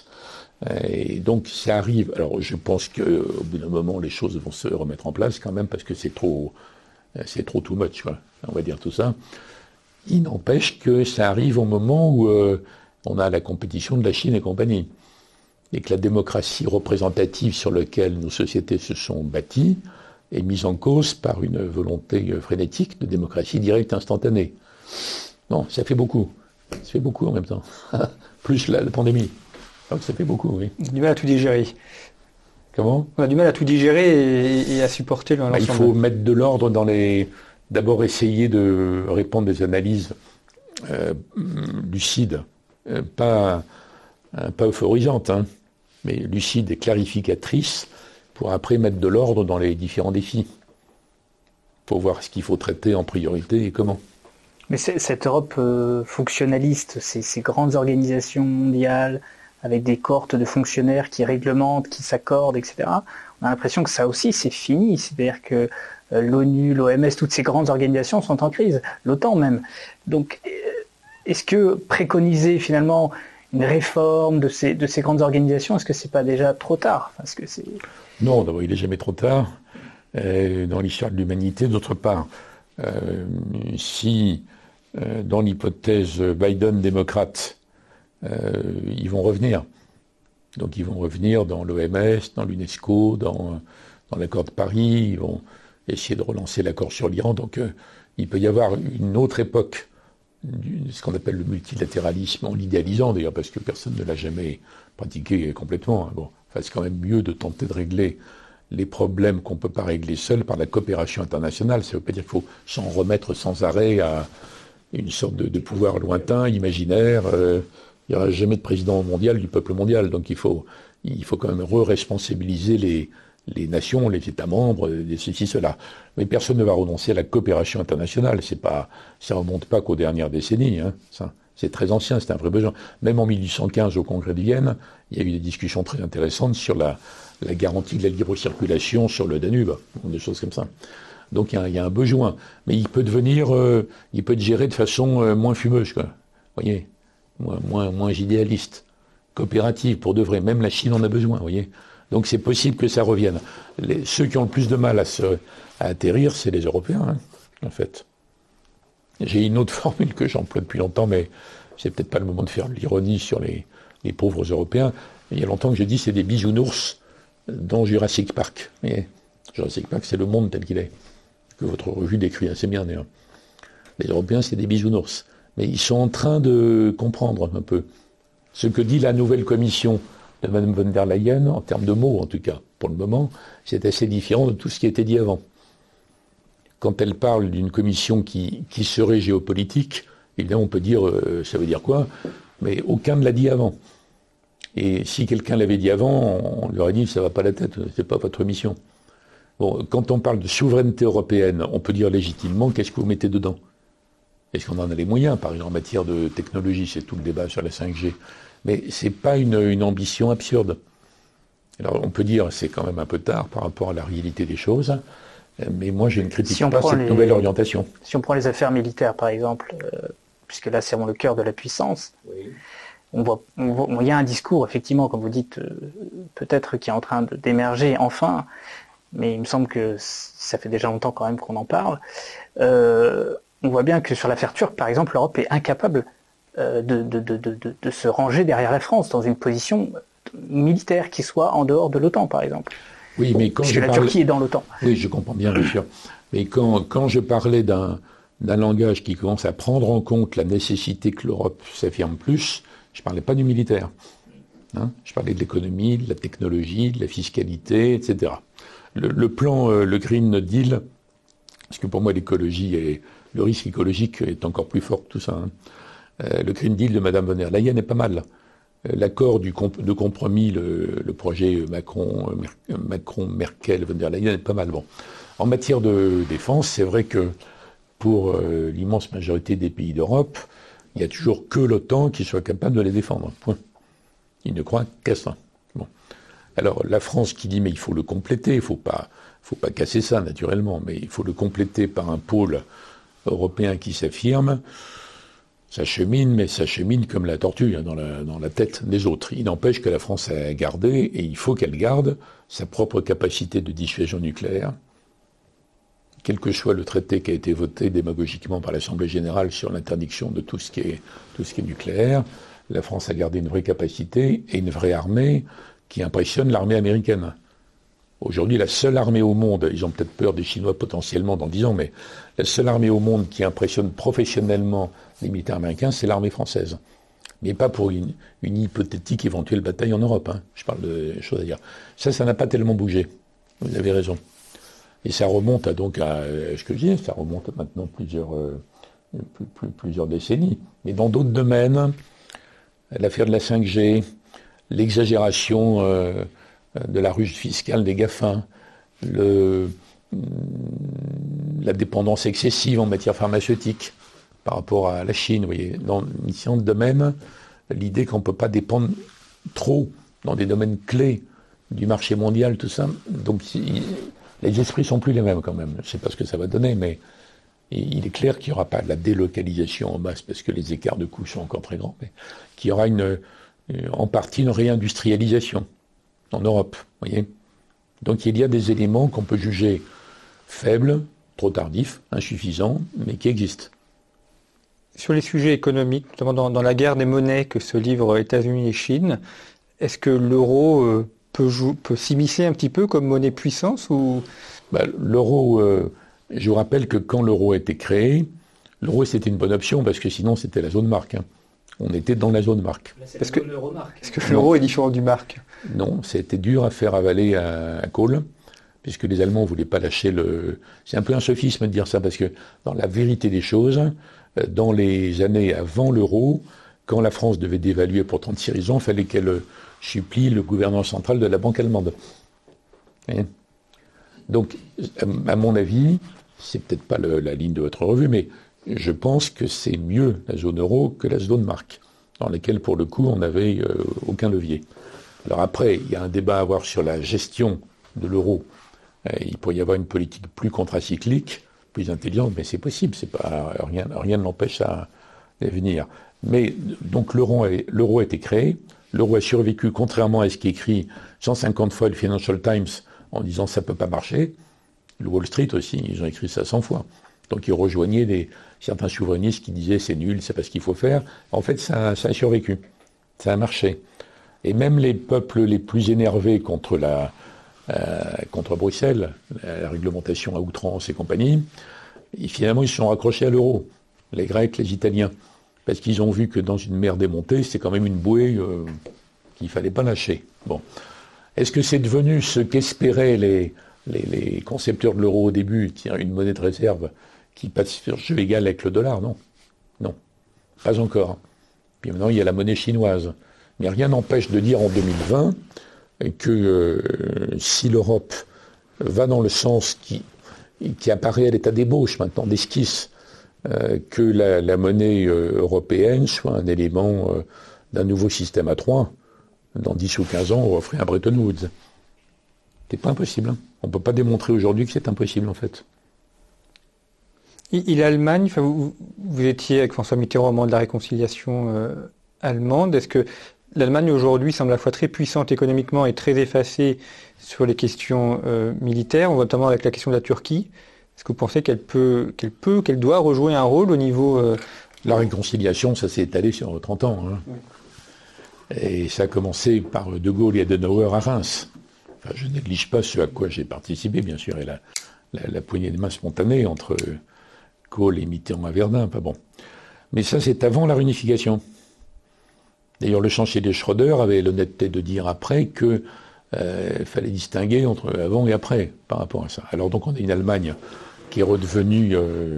Et donc ça arrive. Alors je pense qu'au bout d'un moment, les choses vont se remettre en place quand même, parce que c'est trop too much, on va dire tout ça. Il n'empêche que ça arrive au moment où on a la compétition de la Chine et compagnie. Et que la démocratie représentative sur laquelle nos sociétés se sont bâties est mise en cause par une volonté frénétique de démocratie directe instantanée. Non, ça fait beaucoup. Ça fait beaucoup en même temps. Plus la pandémie. Donc ça fait beaucoup, oui. On a du mal à tout digérer. Comment ? On a du mal à tout digérer et à supporter l'ensemble. Il faut mettre de l'ordre dans les... D'abord essayer de répondre des analyses lucides, pas euphorisantes, mais lucides et clarificatrices, pour après mettre de l'ordre dans les différents défis, pour voir ce qu'il faut traiter en priorité et comment. Mais cette Europe fonctionnaliste, ces grandes organisations mondiales, avec des cohortes de fonctionnaires qui réglementent, qui s'accordent, etc., on a l'impression que ça aussi, c'est fini. C'est-à-dire que l'ONU, l'OMS, toutes ces grandes organisations sont en crise, l'OTAN même. Donc, est-ce que préconiser finalement une réforme de ces grandes organisations, est-ce que c'est pas déjà trop tard ? Parce que Non, d'abord, il n'est jamais trop tard dans l'histoire de l'humanité. D'autre part, si dans l'hypothèse Biden démocrate, ils vont revenir. Donc ils vont revenir dans l'OMS, dans l'UNESCO, dans l'accord de Paris, ils vont essayer de relancer l'accord sur l'Iran. Donc il peut y avoir une autre époque, ce qu'on appelle le multilatéralisme, en l'idéalisant d'ailleurs, parce que personne ne l'a jamais pratiqué complètement. Bon, enfin, c'est quand même mieux de tenter de régler les problèmes qu'on ne peut pas régler seul par la coopération internationale. Ça ne veut pas dire qu'il faut s'en remettre sans arrêt à une sorte de pouvoir lointain, imaginaire. Il n'y aura jamais de président mondial du peuple mondial. Donc il faut quand même re-responsabiliser les nations, les États membres, ceci, cela. Mais personne ne va renoncer à la coopération internationale. Ça remonte pas qu'aux dernières décennies. Ça, c'est très ancien, c'est un vrai besoin. Même en 1815, au Congrès de Vienne, il y a eu des discussions très intéressantes sur la garantie de la libre circulation sur le Danube, des choses comme ça. Donc il y a un besoin. Mais il peut être géré de façon moins fumeuse, quoi. Vous voyez, moins idéaliste, coopérative, pour de vrai. Même la Chine en a besoin, vous voyez. Donc c'est possible que ça revienne. Ceux qui ont le plus de mal à atterrir, c'est les Européens, en fait. J'ai une autre formule que j'emploie depuis longtemps, mais c'est peut-être pas le moment de faire l'ironie sur les pauvres Européens. Il y a longtemps que je dis c'est des bisounours dans Jurassic Park. Vous voyez, Jurassic Park, c'est le monde tel qu'il est, que votre revue décrit assez bien d'ailleurs. Les Européens, c'est des bisounours. Mais ils sont en train de comprendre un peu ce que dit la nouvelle commission de Mme von der Leyen, en termes de mots en tout cas, pour le moment, c'est assez différent de tout ce qui a été dit avant. Quand elle parle d'une commission qui serait géopolitique, évidemment on peut dire ça veut dire quoi, mais aucun ne l'a dit avant. Et si quelqu'un l'avait dit avant, on lui aurait dit ça va pas la tête, c'est pas votre mission. Bon, quand on parle de souveraineté européenne, on peut dire légitimement qu'est-ce que vous mettez dedans ? Est-ce qu'on en a les moyens, par exemple, en matière de technologie, c'est tout le débat sur la 5G. Mais c'est pas une ambition absurde. Alors on peut dire c'est quand même un peu tard par rapport à la réalité des choses, mais moi je ne critique pas cette nouvelle orientation. Si on prend les affaires militaires, par exemple, puisque là c'est vraiment le cœur de la puissance, oui. Il y a un discours, effectivement, comme vous dites, peut-être qui est en train d'émerger enfin, mais il me semble que ça fait déjà longtemps quand même qu'on en parle. On voit bien que sur l'affaire turque, par exemple, l'Europe est incapable de se ranger derrière la France dans une position militaire qui soit en dehors de l'OTAN, par exemple. Oui, mais quand la Turquie est dans l'OTAN. Oui, je comprends bien sûr. Mais quand je parlais d'un langage qui commence à prendre en compte la nécessité que l'Europe s'affirme plus, je ne parlais pas du militaire. Je parlais de l'économie, de la technologie, de la fiscalité, etc. Le plan, le Green Deal, parce que pour moi l'écologie et le risque écologique est encore plus fort que tout ça. Le Green Deal de Mme von der Leyen est pas mal. L'accord de compromis, le projet Macron-Merkel-von der Leyen est pas mal. Bon. En matière de défense, c'est vrai que pour l'immense majorité des pays d'Europe, il n'y a toujours que l'OTAN qui soit capable de les défendre. Point. Ils ne croient qu'à ça. Bon. Alors la France qui dit mais il faut le compléter, il faut pas casser ça naturellement, mais il faut le compléter par un pôle européen qui s'affirme. Ça chemine, mais ça chemine comme la tortue dans la tête des autres. Il n'empêche que la France a gardé, et il faut qu'elle garde, sa propre capacité de dissuasion nucléaire. Quel que soit le traité qui a été voté démagogiquement par l'Assemblée générale sur l'interdiction de tout ce qui est nucléaire, la France a gardé une vraie capacité et une vraie armée qui impressionne l'armée américaine. Aujourd'hui, la seule armée au monde, ils ont peut-être peur des Chinois potentiellement dans 10 ans, mais la seule armée au monde qui impressionne professionnellement les militaires américains, c'est l'armée française. Mais pas pour une hypothétique éventuelle bataille en Europe. Je parle de choses à dire. Ça n'a pas tellement bougé. Vous avez raison. Et ça remonte donc à ce que je dis, ça remonte à maintenant plusieurs décennies. Mais dans d'autres domaines, l'affaire de la 5G, l'exagération de la ruse fiscale des GAFA, la dépendance excessive en matière pharmaceutique par rapport à la Chine. Vous voyez, dans différents domaines, l'idée qu'on ne peut pas dépendre trop dans des domaines clés du marché mondial, tout ça. Donc les esprits sont plus les mêmes quand même. Je ne sais pas ce que ça va donner, mais il est clair qu'il n'y aura pas de la délocalisation en masse parce que les écarts de coûts sont encore très grands, mais qu'il y aura en partie une réindustrialisation en Europe, voyez. Donc il y a des éléments qu'on peut juger faibles, trop tardifs, insuffisants, mais qui existent. Sur les sujets économiques, notamment dans la guerre des monnaies que se livrent États-Unis et Chine, est-ce que l'euro peut s'immiscer un petit peu comme monnaie puissance ou... L'euro, je vous rappelle que quand l'euro a été créé, l'euro c'était une bonne option parce que sinon c'était la zone marque. On était dans la zone marque. Est-ce que l'euro est différent du marque? Non, c'était dur à faire avaler à Kohl, puisque les Allemands ne voulaient pas lâcher le... C'est un peu un sophisme de dire ça, parce que dans la vérité des choses, dans les années avant l'euro, quand la France devait dévaluer pour 36 raisons, il fallait qu'elle supplie le gouvernement central de la banque allemande. Donc, à mon avis, c'est peut-être pas la ligne de votre revue, mais je pense que c'est mieux la zone euro que la zone marque, dans laquelle, pour le coup, on n'avait aucun levier. Alors après, il y a un débat à avoir sur la gestion de l'euro. Il pourrait y avoir une politique plus contracyclique, plus intelligente, mais c'est possible, c'est pas, rien ne l'empêche à venir. Mais donc l'euro a été créé, l'euro a survécu, contrairement à ce qui est écrit 150 fois le Financial Times en disant ça peut pas marcher. Le Wall Street aussi, ils ont écrit ça 100 fois. Donc ils rejoignaient certains souverainistes qui disaient c'est nul, c'est pas ce qu'il faut faire. En fait, ça a survécu, ça a marché. Et même les peuples les plus énervés contre Bruxelles, la réglementation à outrance et compagnie, finalement ils se sont raccrochés à l'euro, les Grecs, les Italiens, parce qu'ils ont vu que dans une mer démontée, c'est quand même une bouée qu'il fallait pas lâcher. Bon, est-ce que c'est devenu ce qu'espéraient les concepteurs de l'euro au début, une monnaie de réserve qui passe sur jeu égal avec le dollar? Non, pas encore. Puis maintenant il y a la monnaie chinoise. Mais rien n'empêche de dire en 2020 que si l'Europe va dans le sens qui apparaît à l'état d'ébauche maintenant, d'esquisse, que la monnaie européenne soit un élément d'un nouveau système à 3, dans 10 ou 15 ans, on referait un Bretton Woods. C'est pas impossible. Hein. On ne peut pas démontrer aujourd'hui que c'est impossible, en fait. L'Allemagne, vous étiez avec François Mitterrand au moment de la réconciliation allemande. Est-ce que l'Allemagne aujourd'hui semble à la fois très puissante économiquement et très effacée sur les questions militaires, on voit notamment avec la question de la Turquie. Est-ce que vous pensez qu'elle doit rejouer un rôle au niveau... La réconciliation, ça s'est étalé sur 30 ans. Hein. Oui. Et ça a commencé par De Gaulle et Adenauer à Reims. Enfin, je ne néglige pas ce à quoi j'ai participé, bien sûr, et la poignée de main spontanée entre Kohl et Mitterrand à Verdun. Enfin bon. Mais ça, c'est avant la réunification. D'ailleurs, le chancelier Schröder avait l'honnêteté de dire après que fallait distinguer entre avant et après par rapport à ça. Alors donc on a une Allemagne qui est redevenue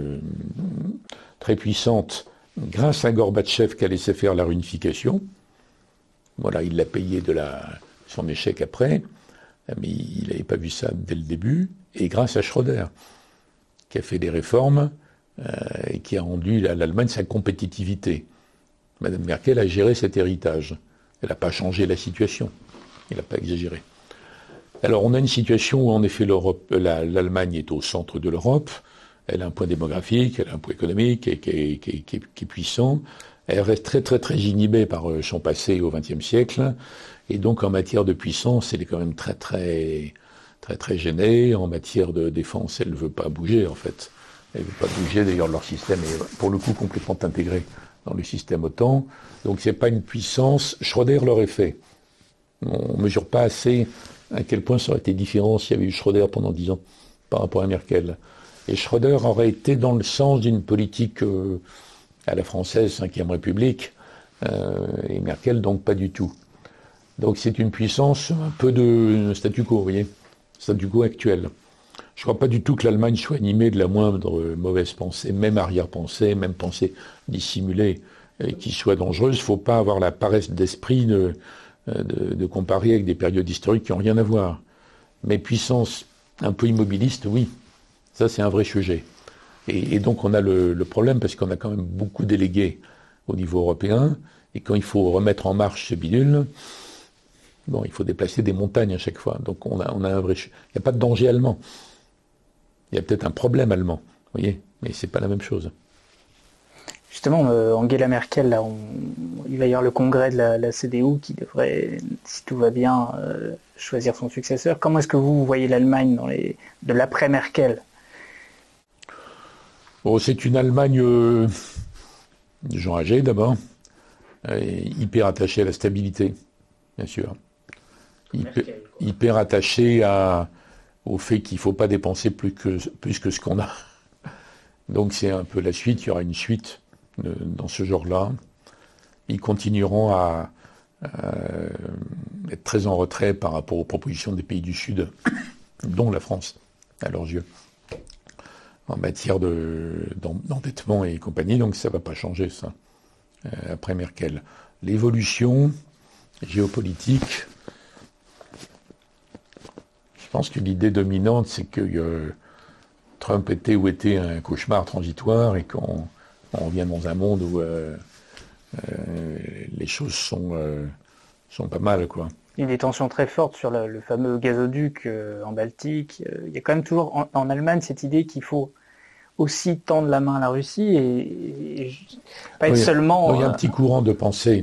très puissante grâce à Gorbatchev qui a laissé faire la réunification. Voilà, il l'a payé son échec après, mais il n'avait pas vu ça dès le début. Et grâce à Schröder qui a fait des réformes et qui a rendu à l'Allemagne sa compétitivité. Madame Merkel a géré cet héritage. Elle n'a pas changé la situation. Elle n'a pas exagéré. Alors on a une situation où en effet l'Allemagne est au centre de l'Europe. Elle a un point démographique, elle a un point économique qui est puissant. Elle reste très très très inhibée par son passé au XXe siècle. Et donc en matière de puissance, elle est quand même très très très très gênée. En matière de défense, elle ne veut pas bouger en fait. Elle ne veut pas bouger. D'ailleurs leur système est pour le coup complètement intégré dans le système OTAN. Donc c'est pas une puissance. Schröder l'aurait fait. On ne mesure pas assez à quel point ça aurait été différent s'il y avait eu Schröder pendant 10 ans par rapport à Merkel. Et Schröder aurait été dans le sens d'une politique à la française, 5e République, et Merkel donc pas du tout. Donc c'est une puissance un peu de statu quo, vous voyez, statu quo actuel. Je ne crois pas du tout que l'Allemagne soit animée de la moindre mauvaise pensée, même arrière-pensée, même pensée dissimulée, qui soit dangereuse. Il ne faut pas avoir la paresse d'esprit de comparer avec des périodes historiques qui n'ont rien à voir. Mais puissance un peu immobiliste, oui, ça c'est un vrai sujet. Et donc on a le problème parce qu'on a quand même beaucoup délégués au niveau européen, et quand il faut remettre en marche ce bidule, bon, il faut déplacer des montagnes à chaque fois. Donc on a un vrai... Il n'y a pas de danger allemand. Il y a peut-être un problème allemand, vous voyez, mais c'est pas la même chose. Justement, Angela Merkel, là, il va y avoir le congrès de la CDU qui devrait, si tout va bien, choisir son successeur. Comment est-ce que vous voyez l'Allemagne de l'après-Merkel ? Bon, c'est une Allemagne des gens âgés d'abord, hyper attachés à la stabilité, bien sûr. Hyper attachés au fait qu'il ne faut pas dépenser plus que ce qu'on a. Donc c'est un peu la suite, il y aura une suite dans ce genre-là. Ils continueront à être très en retrait par rapport aux propositions des pays du Sud, dont la France, à leurs yeux, en matière d'endettement et compagnie. Donc ça ne va pas changer, ça, après Merkel. L'évolution géopolitique, je pense que l'idée dominante, c'est que Trump était un cauchemar transitoire et qu'on revient dans un monde où les choses sont pas mal, quoi. Il y a des tensions très fortes sur le fameux gazoduc en Baltique. Il y a quand même toujours en Allemagne cette idée qu'il faut aussi tendre la main à la Russie et pas être seulement... Il y a un petit courant de pensée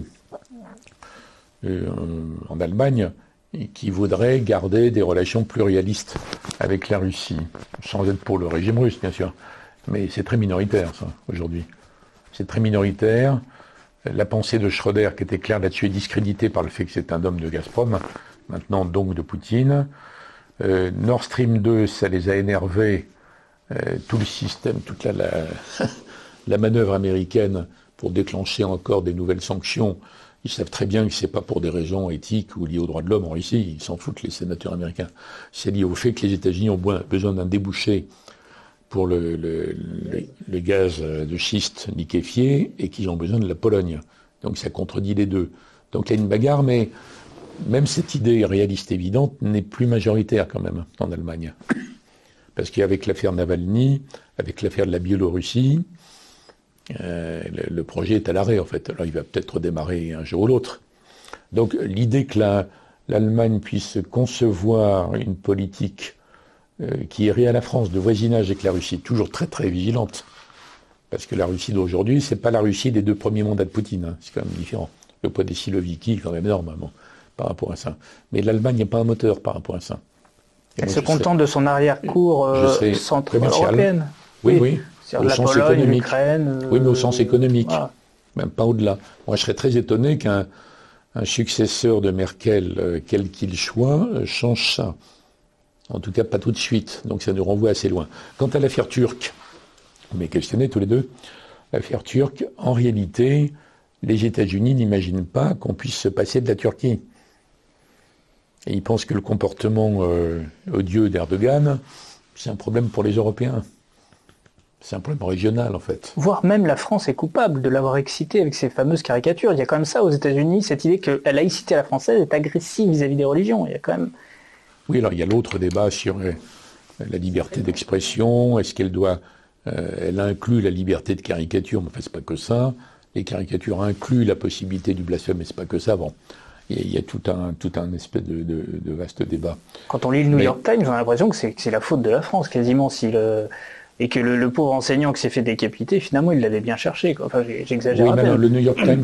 en Allemagne qui voudrait garder des relations plurialistes avec la Russie, sans être pour le régime russe, bien sûr. Mais c'est très minoritaire, ça, aujourd'hui. C'est très minoritaire. La pensée de Schröder, qui était claire là-dessus, est discréditée par le fait que c'est un homme de Gazprom, maintenant donc de Poutine. Nord Stream 2, ça les a énervés. Tout le système, toute la manœuvre américaine pour déclencher encore des nouvelles sanctions. Ils savent très bien que c'est pas pour des raisons éthiques ou liées aux droits de l'homme en Russie. Ils s'en foutent, les sénateurs américains. C'est lié au fait que les États-Unis ont besoin d'un débouché pour le gaz de schiste liquéfié et qu'ils ont besoin de la Pologne. Donc ça contredit les deux. Donc il y a une bagarre, mais même cette idée réaliste évidente n'est plus majoritaire quand même en Allemagne. Parce qu'avec l'affaire Navalny, avec l'affaire de la Biélorussie, le projet est à l'arrêt en fait. Alors il va peut-être redémarrer un jour ou l'autre. Donc l'idée que l'Allemagne puisse concevoir une politique qui irait à la France de voisinage avec la Russie, toujours très très vigilante, parce que la Russie d'aujourd'hui, c'est pas la Russie des 2 premiers mandats de Poutine, hein. C'est quand même différent. Le poids des Siloviki est quand même énorme par rapport à ça. Mais l'Allemagne n'est pas un moteur par rapport à ça. Elle se contente de son arrière-cour centre-européenne. Oui. C'est-à-dire la Pologne, l'Ukraine. Oui, mais au sens économique, voilà. Même pas au-delà. Moi, je serais très étonné qu'un successeur de Merkel, quel qu'il soit, change ça. En tout cas, pas tout de suite. Donc ça nous renvoie assez loin. Quant à l'affaire turque, vous m'avez questionné tous les deux, l'affaire turque, en réalité, les États-Unis n'imaginent pas qu'on puisse se passer de la Turquie. Et ils pensent que le comportement odieux d'Erdogan, c'est un problème pour les Européens. C'est un problème régional, en fait. Voire même la France est coupable de l'avoir excité avec ces fameuses caricatures. Il y a quand même ça aux États-Unis, cette idée que la laïcité à la française est agressive vis-à-vis des religions. Il y a quand même... Oui, alors il y a l'autre débat sur la liberté d'expression. Est-ce qu'elle elle inclut la liberté de caricature? Mais en fait, c'est pas que ça. Les caricatures incluent la possibilité du blasphème, mais c'est pas que ça. Bon, il y a tout un espèce de vaste débat. Quand on lit le New York Times, on a l'impression que c'est la faute de la France, quasiment, et que le pauvre enseignant qui s'est fait décapiter, finalement, il l'avait bien cherché, quoi. Enfin, j'exagère oui, à peine. Le New York Times,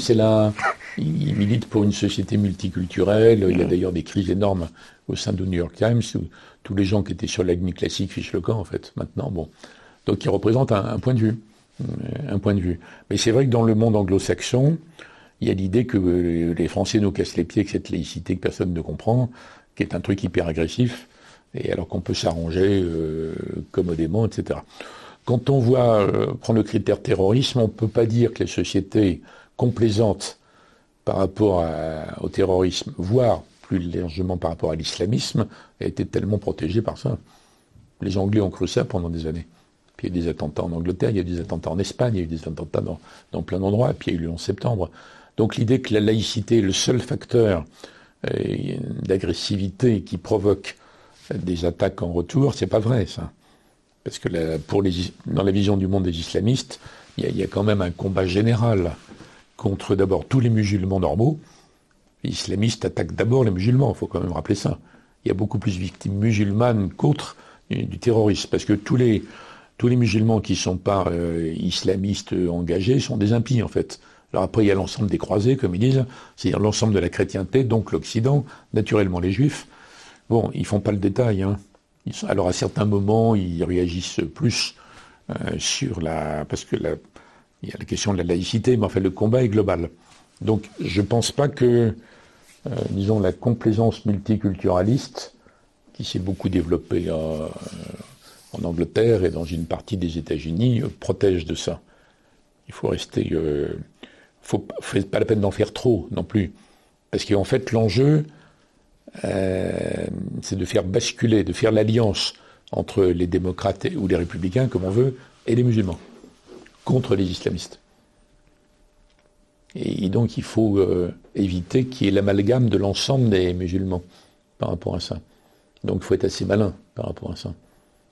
il milite pour une société multiculturelle. Il y a d'ailleurs des crises énormes au sein du New York Times, où tous les gens qui étaient sur la ligne classique fichent le camp, en fait, maintenant. Bon. Donc, il représente un point de vue. Un point de vue. Mais c'est vrai que dans le monde anglo-saxon, il y a l'idée que les Français nous cassent les pieds avec cette laïcité que personne ne comprend, qui est un truc hyper agressif, et alors qu'on peut s'arranger commodément, etc. Quand on voit prendre le critère terrorisme, on ne peut pas dire que les sociétés complaisantes par rapport au terrorisme, voire plus largement par rapport à l'islamisme, aient été tellement protégées par ça. Les Anglais ont cru ça pendant des années. Puis il y a eu des attentats en Angleterre, il y a eu des attentats en Espagne, il y a eu des attentats dans plein d'endroits, et puis il y a eu le 11 septembre. Donc l'idée que la laïcité est le seul facteur d'agressivité qui provoque des attaques en retour, c'est pas vrai, ça. Parce que dans la vision du monde des islamistes, il y a quand même un combat général contre d'abord tous les musulmans normaux. Les islamistes attaquent d'abord les musulmans, il faut quand même rappeler ça. Il y a beaucoup plus de victimes musulmanes qu'autres du terrorisme, parce que tous les musulmans qui ne sont pas islamistes engagés sont des impies, en fait. Alors après, il y a l'ensemble des croisés, comme ils disent, c'est-à-dire l'ensemble de la chrétienté, donc l'Occident, naturellement les Juifs. Bon, ils font pas le détail, hein. Alors à certains moments, ils réagissent plus parce que Il y a la question de la laïcité, mais enfin le combat est global. Donc je ne pense pas que, disons, la complaisance multiculturaliste, qui s'est beaucoup développée en Angleterre et dans une partie des États-Unis, protège de ça. Il faut rester... c'est pas la peine d'en faire trop non plus. Parce qu'en fait, l'enjeu, c'est de faire basculer, de faire l'alliance entre les démocrates ou les républicains, comme on veut, et les musulmans, contre les islamistes. Et donc, il faut éviter qu'il y ait l'amalgame de l'ensemble des musulmans par rapport à ça. Donc, il faut être assez malin par rapport à ça.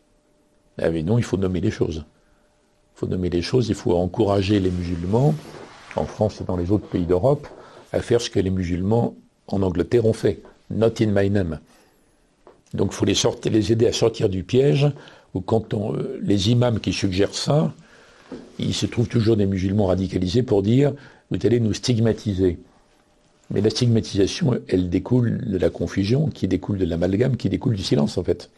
Mais non, il faut nommer les choses. Il faut nommer les choses, il faut encourager les musulmans, en France et dans les autres pays d'Europe, à faire ce que les musulmans en Angleterre ont fait. Not in my name. Donc il faut les aider à sortir du piège où quand les imams qui suggèrent ça, il se trouve toujours des musulmans radicalisés pour dire « vous allez nous stigmatiser ». Mais la stigmatisation, elle découle de la confusion, qui découle de l'amalgame, qui découle du silence en fait.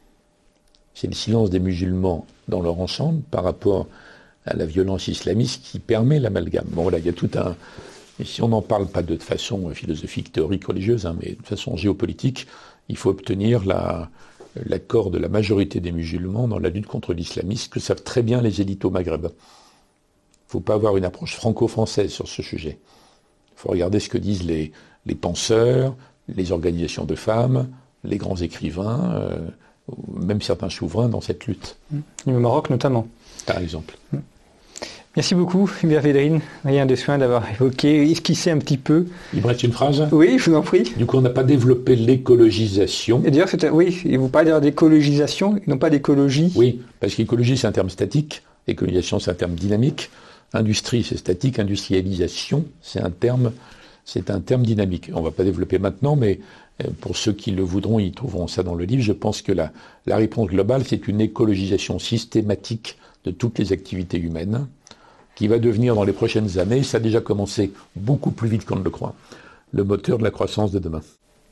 C'est le silence des musulmans dans leur ensemble par rapport à la violence islamiste qui permet l'amalgame. Bon voilà, il y a tout un... Et si on n'en parle pas de façon philosophique, théorique, religieuse, mais de façon géopolitique, il faut obtenir l'accord de la majorité des musulmans dans la lutte contre l'islamisme, que savent très bien les élites au Maghreb. Il ne faut pas avoir une approche franco-française sur ce sujet. Il faut regarder ce que disent les penseurs, les organisations de femmes, les grands écrivains, même certains souverains dans cette lutte. Et au Maroc notamment. Par exemple. Merci beaucoup, Hubert Védrine. Rien de soin d'avoir esquissé un petit peu. Il me reste une phrase ? Oui, je vous en prie. Du coup, on n'a pas développé l'écologisation. Et d'ailleurs, oui, et vous parlez d'ailleurs d'écologisation, et non pas d'écologie. Oui, parce qu'écologie, c'est un terme statique. Écologisation, c'est un terme dynamique. Industrie, c'est statique. Industrialisation, c'est un terme dynamique. On ne va pas développer maintenant, mais pour ceux qui le voudront, ils trouveront ça dans le livre. Je pense que la réponse globale, c'est une écologisation systématique de toutes les activités humaines, qui va devenir dans les prochaines années, ça a déjà commencé beaucoup plus vite qu'on ne le croit, le moteur de la croissance de demain.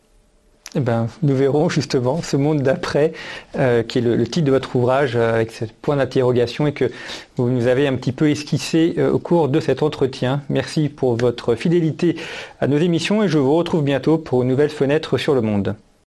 Eh ben, nous verrons justement ce monde d'après, qui est le titre de votre ouvrage, avec ce point d'interrogation et que vous nous avez un petit peu esquissé au cours de cet entretien. Merci pour votre fidélité à nos émissions et je vous retrouve bientôt pour une nouvelle fenêtre sur le monde.